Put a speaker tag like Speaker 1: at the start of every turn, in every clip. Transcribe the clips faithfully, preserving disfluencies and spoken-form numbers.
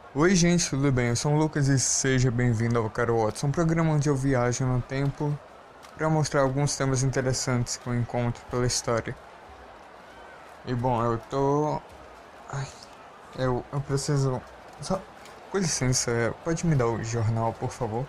Speaker 1: Oi gente, tudo bem? Eu sou o Lucas e seja bem-vindo ao Caro Watson, um programa onde eu viajo no tempo para mostrar alguns temas interessantes que eu encontro pela história. E bom, eu tô... Ai, eu, eu preciso... Só... Com licença, é, pode me dar o jornal, por favor?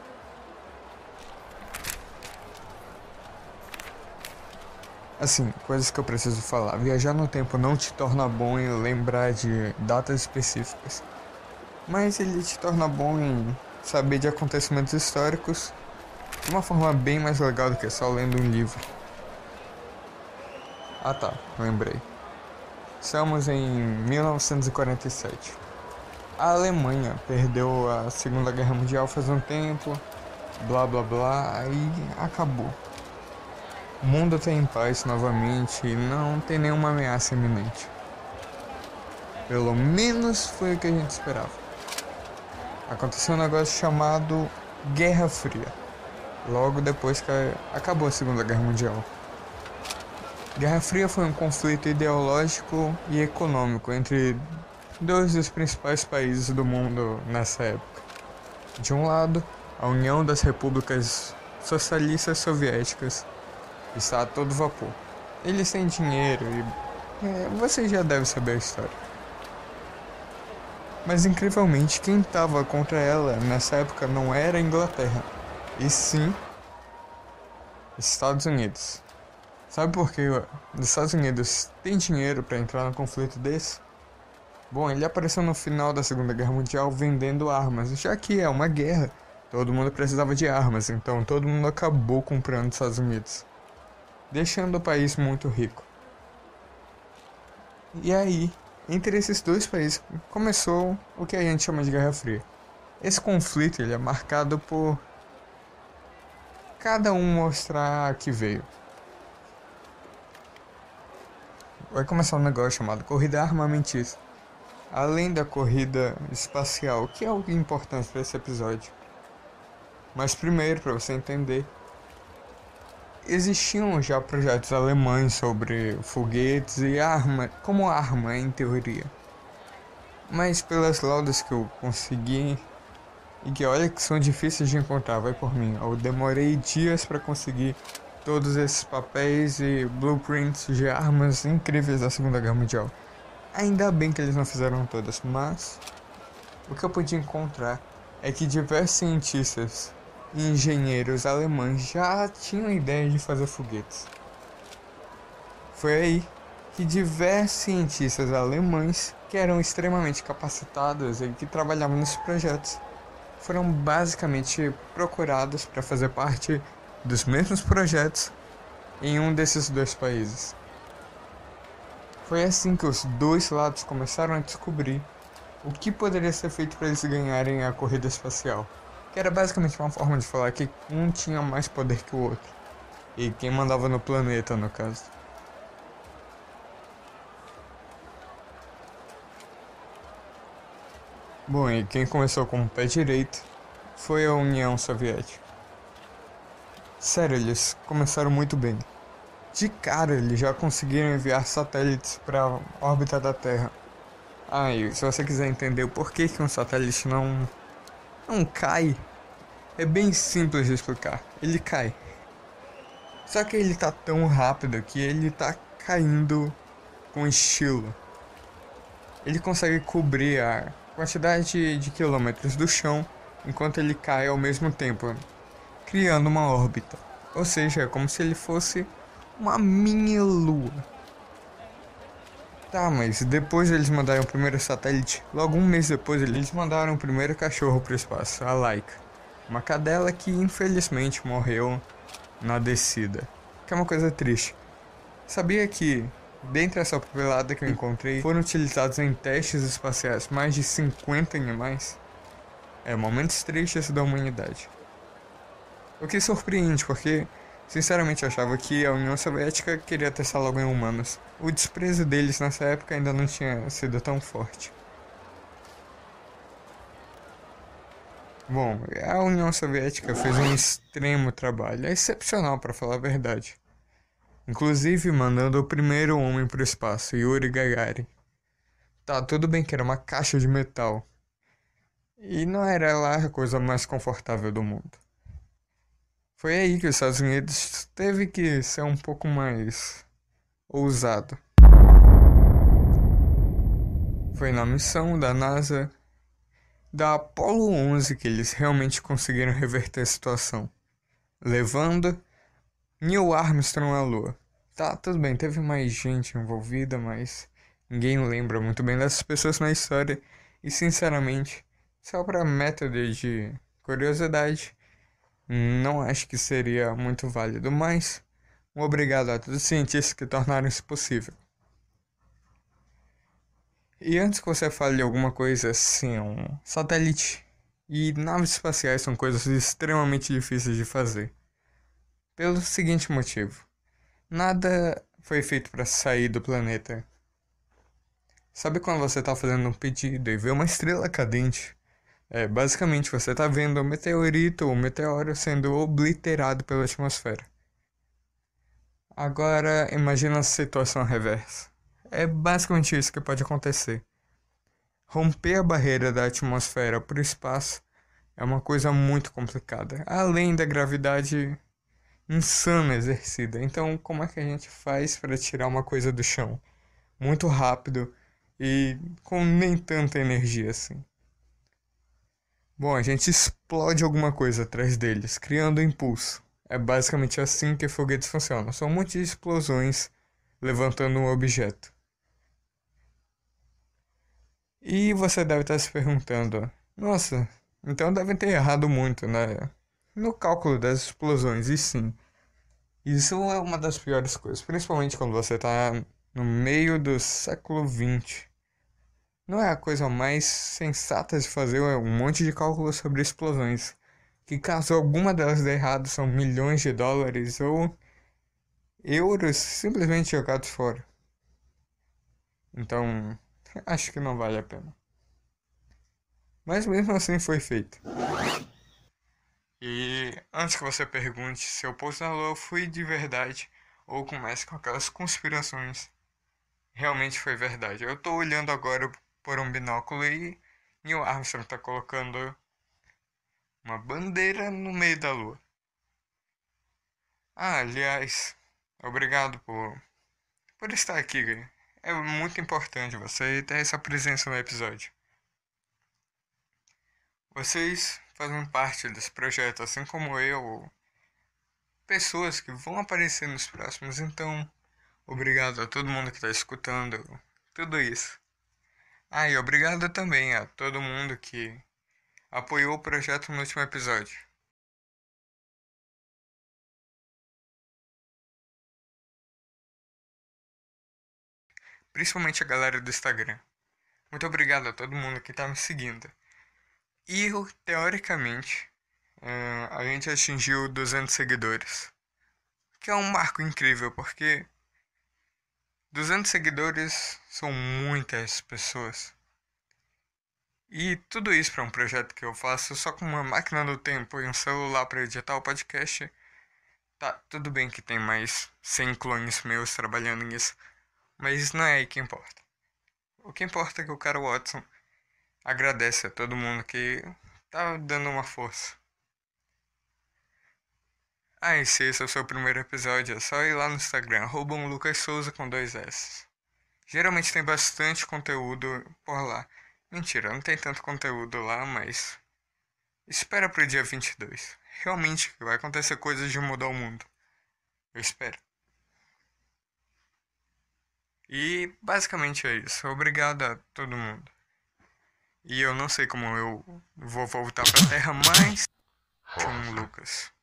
Speaker 1: Assim, coisas que eu preciso falar. Viajar no tempo não te torna bom em lembrar de datas específicas, mas ele te torna bom em saber de acontecimentos históricos de uma forma bem mais legal do que só lendo um livro. Ah tá, lembrei. Estamos em mil novecentos e quarenta e sete. A Alemanha perdeu a Segunda Guerra Mundial faz um tempo, blá blá blá, aí acabou. O mundo está em paz novamente e não tem nenhuma ameaça iminente. Pelo menos foi o que a gente esperava. Aconteceu um negócio chamado Guerra Fria, logo depois que acabou a Segunda Guerra Mundial. Guerra Fria foi um conflito ideológico e econômico entre dois dos principais países do mundo nessa época. De um lado, a União das Repúblicas Socialistas Soviéticas está a todo vapor. Eles têm dinheiro e é, você já deve saber a história. Mas incrivelmente, quem estava contra ela nessa época não era a Inglaterra, e sim Estados Unidos. Sabe por que os Estados Unidos têm dinheiro para entrar num conflito desse? Bom, ele apareceu no final da Segunda Guerra Mundial vendendo armas, já que é uma guerra, todo mundo precisava de armas, então todo mundo acabou comprando dos Estados Unidos, deixando o país muito rico. E aí, entre esses dois países, começou o que a gente chama de Guerra Fria. Esse conflito ele é marcado por cada um mostrar que veio. Vai começar um negócio chamado corrida armamentista. Além da corrida espacial, que é algo importante para esse episódio. Mas primeiro, para você entender, existiam já projetos alemães sobre foguetes e arma, como arma em teoria. Mas pelas laudas que eu consegui, e que olha que são difíceis de encontrar, vai por mim, eu demorei dias para conseguir todos esses papéis e blueprints de armas incríveis da Segunda Guerra Mundial. Ainda bem que eles não fizeram todas, mas o que eu pude encontrar é que diversos cientistas e engenheiros alemães já tinham a ideia de fazer foguetes. Foi aí que diversos cientistas alemães que eram extremamente capacitados e que trabalhavam nesses projetos foram basicamente procurados para fazer parte dos mesmos projetos em um desses dois países. Foi assim que os dois lados começaram a descobrir o que poderia ser feito para eles ganharem a corrida espacial, que era basicamente uma forma de falar que um tinha mais poder que o outro, e quem mandava no planeta, no caso. Bom, e quem começou com o pé direito foi a União Soviética. Sério, eles começaram muito bem. De cara, eles já conseguiram enviar satélites para a órbita da Terra. Ah, e se você quiser entender o porquê que um satélite não, não cai, é bem simples de explicar. Ele cai. Só que ele tá tão rápido que ele tá caindo com estilo. Ele consegue cobrir a quantidade de quilômetros do chão enquanto ele cai ao mesmo tempo, criando uma órbita. Ou seja, é como se ele fosse uma mini lua. Tá, mas depois eles mandaram o primeiro satélite, logo um mês depois eles mandaram o primeiro cachorro para o espaço, a Laika. Uma cadela que infelizmente morreu na descida, que é uma coisa triste. Sabia que, dentre essa papelada que eu encontrei, foram utilizados em testes espaciais mais de cinquenta animais? É, momentos tristes da humanidade. O que surpreende, porque sinceramente eu achava que a União Soviética queria testar logo em humanos. O desprezo deles nessa época ainda não tinha sido tão forte. Bom, a União Soviética fez um extremo trabalho, é excepcional para falar a verdade. Inclusive mandando o primeiro homem para o espaço, Yuri Gagarin. Tá, tudo bem que era uma caixa de metal, E não era lá a coisa mais confortável do mundo. Foi aí que os Estados Unidos teve que ser um pouco mais ousado. Foi na missão da NASA da Apollo onze que eles realmente conseguiram reverter a situação, levando Neil Armstrong à Lua. Tá, tudo bem, teve mais gente envolvida, mas ninguém lembra muito bem dessas pessoas na história. E sinceramente, só para método de curiosidade, não acho que seria muito válido, mas um obrigado a todos os cientistas que tornaram isso possível. E antes que você fale alguma coisa assim, um satélite e naves espaciais são coisas extremamente difíceis de fazer. Pelo seguinte motivo: nada foi feito para sair do planeta. Sabe quando você está fazendo um pedido e vê uma estrela cadente? É, basicamente você está vendo um meteorito ou um meteoro sendo obliterado pela atmosfera. Agora imagina a situação reversa. É basicamente isso que pode acontecer. Romper a barreira da atmosfera para o espaço é uma coisa muito complicada, além da gravidade insana exercida. Então, como é que a gente faz para tirar uma coisa do chão? Muito rápido e com nem tanta energia assim. Bom, a gente explode alguma coisa atrás deles, criando impulso. É basicamente assim que foguetes funcionam. São um monte de explosões levantando um objeto. E você deve estar se perguntando: nossa, então devem ter errado muito, né? No cálculo das explosões, e sim. Isso é uma das piores coisas, principalmente quando você está no meio do século vinte. Não é a coisa mais sensata de fazer um monte de cálculos sobre explosões, que caso alguma delas dê errado são milhões de dólares ou euros simplesmente jogados fora. Então, acho que não vale a pena. Mas mesmo assim foi feito. E antes que você pergunte se eu pouso na Lua fui de verdade ou comece com aquelas conspirações, realmente foi verdade. Eu tô olhando agora por um binóculo e Neil Armstrong tá colocando uma bandeira no meio da Lua. Ah, aliás, obrigado por, por estar aqui. É muito importante você ter essa presença no episódio. Vocês fazem parte desse projeto, assim como eu, pessoas que vão aparecer nos próximos, então obrigado a todo mundo que está escutando tudo isso. Ah, e obrigado também a todo mundo que apoiou o projeto no último episódio. Principalmente a galera do Instagram. Muito obrigado a todo mundo que está me seguindo. E eu, teoricamente, uh, a gente atingiu duzentos seguidores. Que é um marco incrível, porque duzentos seguidores são muitas pessoas. E tudo isso para um projeto que eu faço só com uma máquina do tempo e um celular para editar o podcast. Tá, tudo bem que tem mais cem clones meus trabalhando nisso, mas isso não é aí que importa. O que importa é que o cara Watson agradece a todo mundo que tá dando uma força. Ah, e se esse é o seu primeiro episódio, é só ir lá no Instagram, arroba um Lucas Souza com dois S. Geralmente tem bastante conteúdo por lá. Mentira, não tem tanto conteúdo lá, mas espera pro dia vinte e dois. Realmente vai acontecer coisas de mudar o mundo. Eu espero. E basicamente é isso. Obrigado a todo mundo. E eu não sei como eu vou voltar pra Terra, mas... um Lucas.